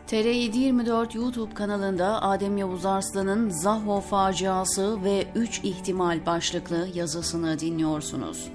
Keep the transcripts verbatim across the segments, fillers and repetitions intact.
T R yedi yirmi dört YouTube kanalında Adem Yavuz Arslan'ın Zaho faciası ve üç ihtimal başlıklı yazısını dinliyorsunuz.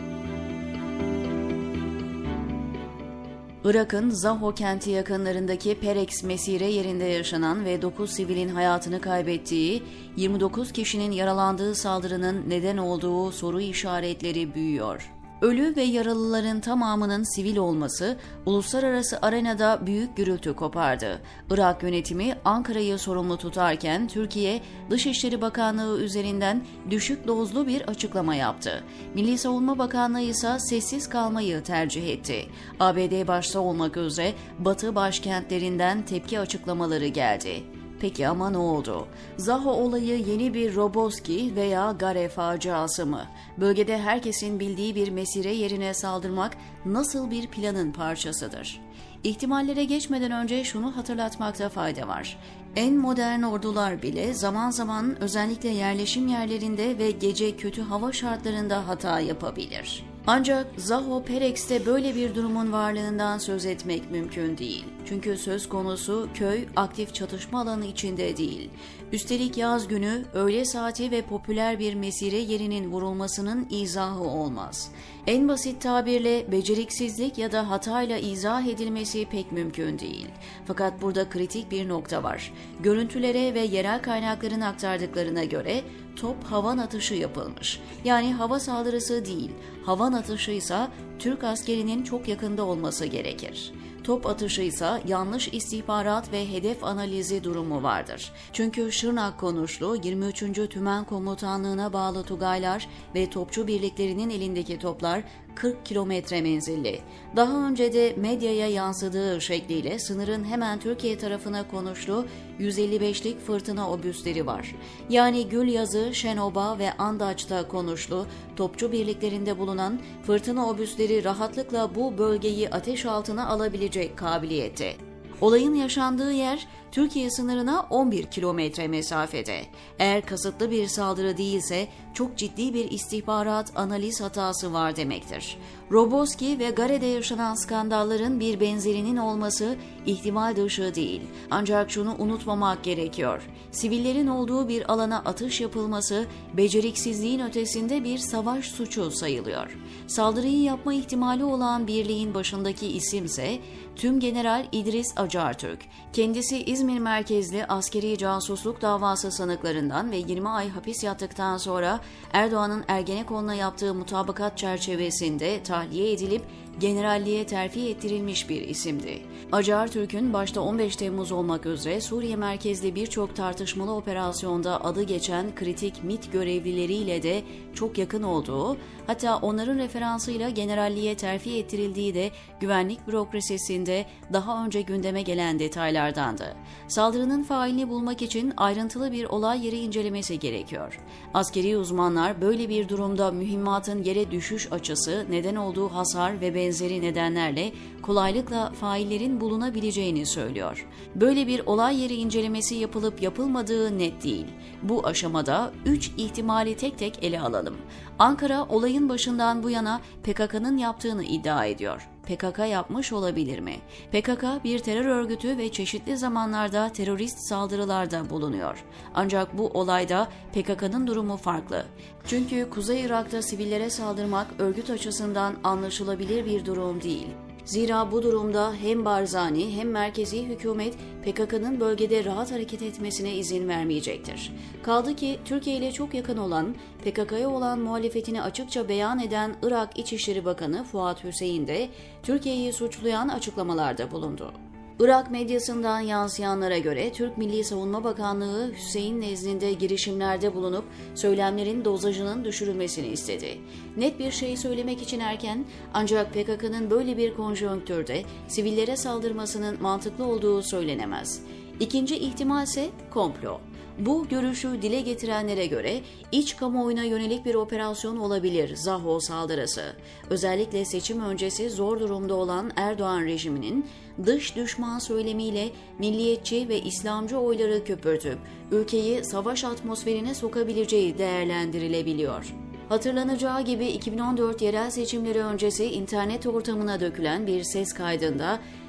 Irak'ın Zaho kenti yakınlarındaki Perex mesire yerinde yaşanan ve dokuz sivilin hayatını kaybettiği, yirmi dokuz kişinin yaralandığı saldırının neden olduğu soru işaretleri büyüyor. Ölü ve yaralıların tamamının sivil olması uluslararası arenada büyük gürültü kopardı. Irak yönetimi Ankara'yı sorumlu tutarken Türkiye Dışişleri Bakanlığı üzerinden düşük dozlu bir açıklama yaptı. Milli Savunma Bakanlığı ise sessiz kalmayı tercih etti. A B D başta olmak üzere Batı başkentlerinden tepki açıklamaları geldi. Peki ama ne oldu? Zaho olayı yeni bir Roboski veya Gare faciası mı? Bölgede herkesin bildiği bir mesire yerine saldırmak nasıl bir planın parçasıdır? İhtimallere geçmeden önce şunu hatırlatmakta fayda var. En modern ordular bile zaman zaman özellikle yerleşim yerlerinde ve gece kötü hava şartlarında hata yapabilir. Ancak Zaho Perex'te böyle bir durumun varlığından söz etmek mümkün değil. Çünkü söz konusu köy aktif çatışma alanı içinde değil. Üstelik yaz günü öğle saati ve popüler bir mesire yerinin vurulmasının izahı olmaz. En basit tabirle beceriksizlik ya da hatayla izah edilmesi pek mümkün değil. Fakat burada kritik bir nokta var. Görüntülere ve yerel kaynakların aktardıklarına göre top havan atışı yapılmış. Yani hava saldırısı değil, havan atışıysa Türk askerinin çok yakında olması gerekir. Top atışıysa yanlış istihbarat ve hedef analizi durumu vardır. Çünkü Şırnak konuşlu yirmi üçüncü Tümen Komutanlığı'na bağlı Tugaylar ve topçu birliklerinin elindeki toplar kırk kilometre menzilli. Daha önce de medyaya yansıdığı şekliyle sınırın hemen Türkiye tarafına konuşlu yüz elli beşlik fırtına obüsleri var. Yani Gülyazı, Şenoba ve Andaç'ta konuşlu topçu birliklerinde bulunan fırtına obüsleri rahatlıkla bu bölgeyi ateş altına alabilecek kabiliyette. Olayın yaşandığı yer Türkiye sınırına on bir kilometre mesafede. Eğer kasıtlı bir saldırı değilse çok ciddi bir istihbarat analiz hatası var demektir. Roboski ve Gare'de yaşanan skandalların bir benzerinin olması ihtimal dışı değil. Ancak şunu unutmamak gerekiyor. Sivillerin olduğu bir alana atış yapılması beceriksizliğin ötesinde bir savaş suçu sayılıyor. Saldırıyı yapma ihtimali olan birliğin başındaki isimse Tümgeneral İdris Acartürk. Kendisi İzmir merkezli askeri casusluk davası sanıklarından ve yirmi ay hapis yattıktan sonra Erdoğan'ın Ergenekon'la yaptığı mutabakat çerçevesinde tahliye edilip generalliğe terfi ettirilmiş bir isimdi. Acartürk'ün başta on beş Temmuz olmak üzere Suriye merkezli birçok tartışmalı operasyonda adı geçen kritik MİT görevlileriyle de çok yakın olduğu, hatta onların referansıyla generalliğe terfi ettirildiği de güvenlik bürokrasisinde daha önce gündeme gelen detaylardandı. Saldırının failini bulmak için ayrıntılı bir olay yeri incelemesi gerekiyor. Askeri uzmanlar böyle bir durumda mühimmatın yere düşüş açısı, neden olduğu hasar ve benzeri nedenlerle kolaylıkla faillerin bulunabileceğini söylüyor. Böyle bir olay yeri incelemesi yapılıp yapılmadığı net değil. Bu aşamada üç ihtimali tek tek ele alalım. Ankara olayın başından bu yana P K K'nın yaptığını iddia ediyor. P K K yapmış olabilir mi? P K K bir terör örgütü ve çeşitli zamanlarda terörist saldırılarda bulunuyor. Ancak bu olayda P K K'nın durumu farklı. Çünkü Kuzey Irak'ta sivillere saldırmak örgüt açısından anlaşılabilir bir durum değil. Zira bu durumda hem Barzani hem merkezi hükümet P K K'nın bölgede rahat hareket etmesine izin vermeyecektir. Kaldı ki Türkiye ile çok yakın olan, P K K'ya olan muhalefetini açıkça beyan eden Irak İçişleri Bakanı Fuat Hüseyin de Türkiye'yi suçlayan açıklamalarda bulundu. Irak medyasından yansıyanlara göre Türk Milli Savunma Bakanlığı Hüseyin nezdinde girişimlerde bulunup söylemlerin dozajının düşürülmesini istedi. Net bir şey söylemek için erken, ancak P K K'nın böyle bir konjonktürde sivillere saldırmasının mantıklı olduğu söylenemez. İkinci ihtimal ise komplo. Bu görüşü dile getirenlere göre iç kamuoyuna yönelik bir operasyon olabilir Zaho saldırısı. Özellikle seçim öncesi zor durumda olan Erdoğan rejiminin dış düşman söylemiyle milliyetçi ve İslamcı oyları köpürtüp ülkeyi savaş atmosferine sokabileceği değerlendirilebiliyor. Hatırlanacağı gibi iki bin on dört yerel seçimleri öncesi internet ortamına dökülen bir ses kaydında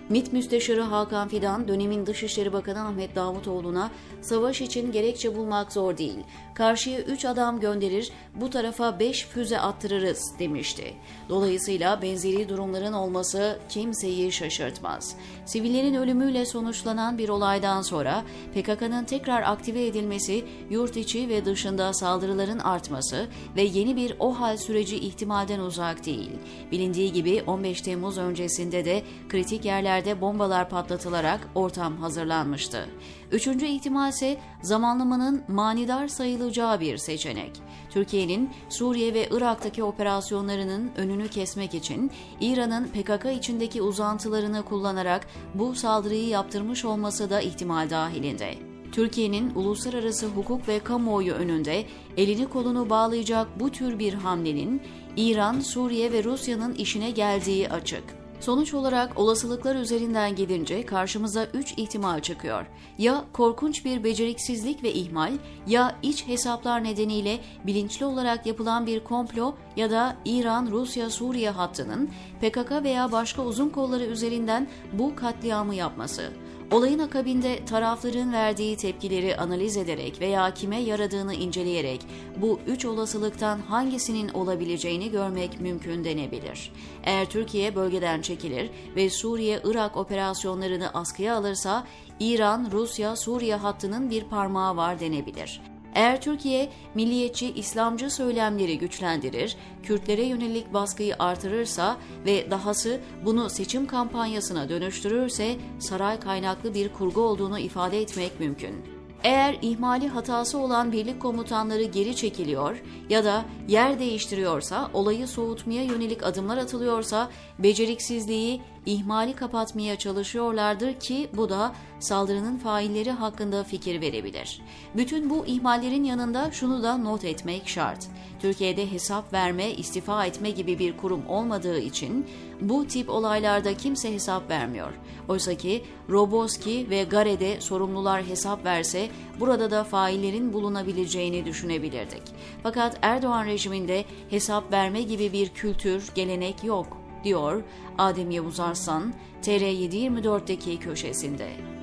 MİT Müsteşarı Hakan Fidan, dönemin Dışişleri Bakanı Ahmet Davutoğlu'na savaş için gerekçe bulmak zor değil, karşıya üç adam gönderir, bu tarafa beş füze attırırız demişti. Dolayısıyla benzeri durumların olması kimseyi şaşırtmaz. Sivillerin ölümüyle sonuçlanan bir olaydan sonra P K K'nın tekrar aktive edilmesi, yurt içi ve dışında saldırıların artması ve yeni bir OHAL süreci ihtimalden uzak değil. Bilindiği gibi on beş Temmuz öncesinde de kritik yerlerde bombalar patlatılarak ortam hazırlanmıştı. Üçüncü ihtimal ise zamanlamanın manidar sayılacağı bir seçenek. Türkiye'nin Suriye ve Irak'taki operasyonlarının önünü kesmek için İran'ın P K K içindeki uzantılarını kullanarak bu saldırıyı yaptırmış olması da ihtimal dahilinde. Türkiye'nin uluslararası hukuk ve kamuoyu önünde elini kolunu bağlayacak bu tür bir hamlenin İran, Suriye ve Rusya'nın işine geldiği açık. Sonuç olarak olasılıklar üzerinden gidince karşımıza üç ihtimal çıkıyor. Ya korkunç bir beceriksizlik ve ihmal, ya iç hesaplar nedeniyle bilinçli olarak yapılan bir komplo ya da İran-Rusya-Suriye hattının P K K veya başka uzun kolları üzerinden bu katliamı yapması. Olayın akabinde tarafların verdiği tepkileri analiz ederek veya kime yaradığını inceleyerek bu üç olasılıktan hangisinin olabileceğini görmek mümkün denebilir. Eğer Türkiye bölgeden çekilir ve Suriye-Irak operasyonlarını askıya alırsa İran-Rusya-Suriye hattının bir parmağı var denebilir. Eğer Türkiye, milliyetçi, İslamcı söylemleri güçlendirir, Kürtlere yönelik baskıyı artırırsa ve dahası bunu seçim kampanyasına dönüştürürse saray kaynaklı bir kurgu olduğunu ifade etmek mümkün. Eğer ihmali hatası olan birlik komutanları geri çekiliyor ya da yer değiştiriyorsa, olayı soğutmaya yönelik adımlar atılıyorsa, beceriksizliği, ihmali kapatmaya çalışıyorlardır ki bu da saldırının failleri hakkında fikir verebilir. Bütün bu ihmallerin yanında şunu da not etmek şart. Türkiye'de hesap verme, istifa etme gibi bir kurum olmadığı için bu tip olaylarda kimse hesap vermiyor. Oysaki Roboski ve Gare'de sorumlular hesap verse burada da faillerin bulunabileceğini düşünebilirdik. Fakat Erdoğan rejiminde hesap verme gibi bir kültür, gelenek yok, diyor Adem Yavuz Arslan, T R yedi yirmi dört'teki köşesinde.